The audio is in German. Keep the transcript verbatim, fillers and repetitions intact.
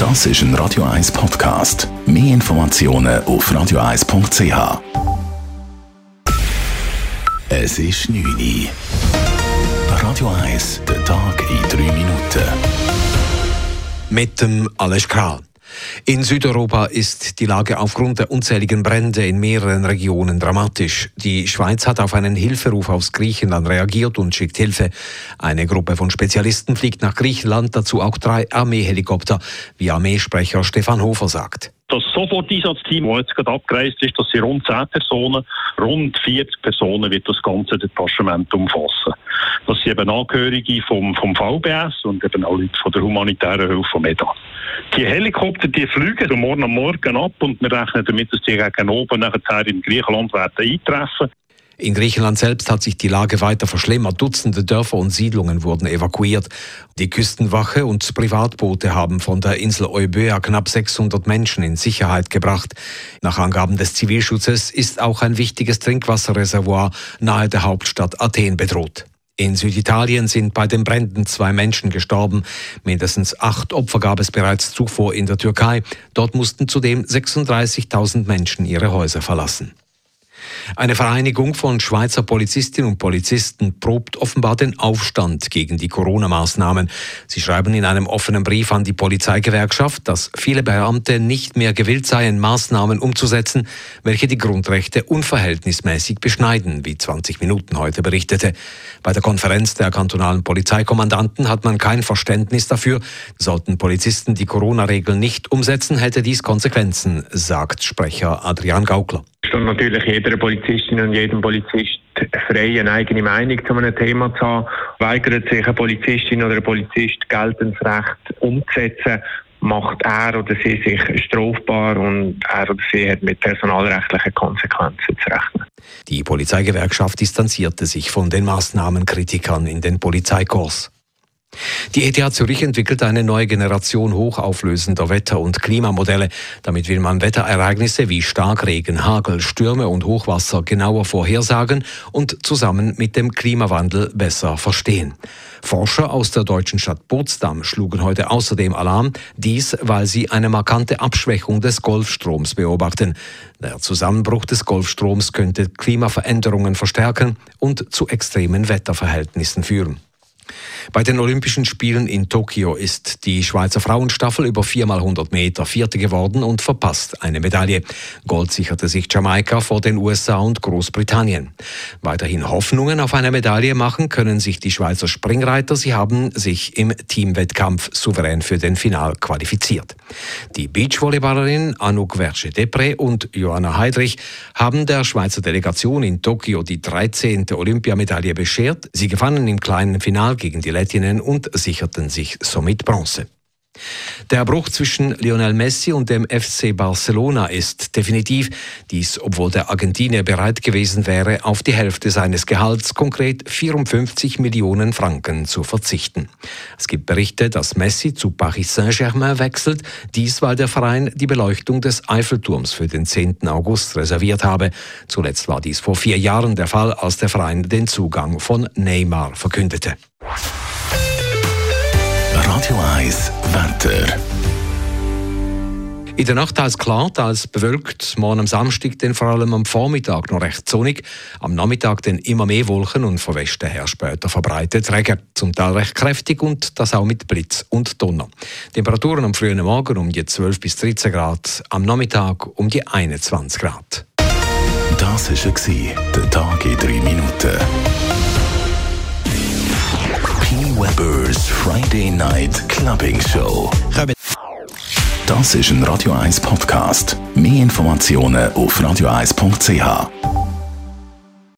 Das ist ein Radio eins Podcast. Mehr Informationen auf radio eins punkt c h. Es ist neun Uhr. Radio eins, der Tag in drei Minuten. Mit dem Alles klar. In Südeuropa ist die Lage aufgrund der unzähligen Brände in mehreren Regionen dramatisch. Die Schweiz hat auf einen Hilferuf aus Griechenland reagiert und schickt Hilfe. Eine Gruppe von Spezialisten fliegt nach Griechenland, dazu auch drei Armeehelikopter, wie Armeesprecher Stefan Hofer sagt. Das Soforteinsatzteam, das jetzt gerade abgereist ist, das sind rund zehn Personen. Rund vierzig Personen wird das ganze Detachement umfassen. Das sind eben Angehörige vom, vom V B S und eben auch Leute von der humanitären Hilfe vom E D A. Die Helikopter, die fliegen morgen am Morgen ab und wir rechnen damit, dass die gegen oben nachher in Griechenland werden eintreffen. In Griechenland selbst hat sich die Lage weiter verschlimmert. Dutzende Dörfer und Siedlungen wurden evakuiert. Die Küstenwache und Privatboote haben von der Insel Euböa knapp sechshundert Menschen in Sicherheit gebracht. Nach Angaben des Zivilschutzes ist auch ein wichtiges Trinkwasserreservoir nahe der Hauptstadt Athen bedroht. In Süditalien sind bei den Bränden zwei Menschen gestorben. Mindestens acht Opfer gab es bereits zuvor in der Türkei. Dort mussten zudem sechsunddreißigtausend Menschen ihre Häuser verlassen. Eine Vereinigung von Schweizer Polizistinnen und Polizisten probt offenbar den Aufstand gegen die Corona-Maßnahmen. Sie schreiben in einem offenen Brief an die Polizeigewerkschaft, dass viele Beamte nicht mehr gewillt seien, Maßnahmen umzusetzen, welche die Grundrechte unverhältnismäßig beschneiden, wie zwanzig Minuten heute berichtete. Bei der Konferenz der kantonalen Polizeikommandanten hat man kein Verständnis dafür. Sollten Polizisten die Corona-Regeln nicht umsetzen, hätte dies Konsequenzen, sagt Sprecher Adrian Gaukler. Und natürlich jeder Polizistin und jedem Polizist frei, eine eigene Meinung zu einem Thema zu haben. Weigert sich eine Polizistin oder ein Polizist, geltendes Recht umzusetzen, macht er oder sie sich strafbar und er oder sie hat mit personalrechtlichen Konsequenzen zu rechnen. Die Polizeigewerkschaft distanzierte sich von den Maßnahmenkritikern in den Polizeikorps. Die E T H Zürich entwickelt eine neue Generation hochauflösender Wetter- und Klimamodelle. Damit will man Wetterereignisse wie Starkregen, Hagel, Stürme und Hochwasser genauer vorhersagen und zusammen mit dem Klimawandel besser verstehen. Forscher aus der deutschen Stadt Potsdam schlugen heute außerdem Alarm, dies, weil sie eine markante Abschwächung des Golfstroms beobachten. Der Zusammenbruch des Golfstroms könnte Klimaveränderungen verstärken und zu extremen Wetterverhältnissen führen. Bei den Olympischen Spielen in Tokio ist die Schweizer Frauenstaffel über vier mal hundert Meter Vierte geworden und verpasst eine Medaille. Gold sicherte sich Jamaika vor den U S A und Großbritannien. Weiterhin Hoffnungen auf eine Medaille machen können sich die Schweizer Springreiter. Sie haben sich im Teamwettkampf souverän für den Final qualifiziert. Die Beachvolleyballerin Anouk Verge-Depré und Johanna Heidrich haben der Schweizer Delegation in Tokio die dreizehnte Olympiamedaille beschert. Sie gewannen im kleinen Finale gegen die Lettinnen und sicherten sich somit Bronze. Der Bruch zwischen Lionel Messi und dem F C Barcelona ist definitiv. Dies, obwohl der Argentinier bereit gewesen wäre, auf die Hälfte seines Gehalts, konkret vierundfünfzig Millionen Franken, zu verzichten. Es gibt Berichte, dass Messi zu Paris Saint-Germain wechselt. Dies, weil der Verein die Beleuchtung des Eiffelturms für den zehnten August reserviert habe. Zuletzt war dies vor vier Jahren der Fall, als der Verein den Zugang von Neymar verkündete. Radio eins Wetter. In der Nacht teils klar, teils bewölkt. Morgen am Samstag dann vor allem am Vormittag noch recht sonnig. Am Nachmittag dann immer mehr Wolken und von Westen her später verbreitet Regen. Zum Teil recht kräftig und das auch mit Blitz und Donner. Temperaturen am frühen Morgen um die zwölf bis dreizehn Grad, am Nachmittag um die einundzwanzig Grad. Das war der Tag in drei Minuten. P. Weber's Friday Night Clubbing Show. Das ist ein Radio eins Podcast. Mehr Informationen auf radio eins punkt c h.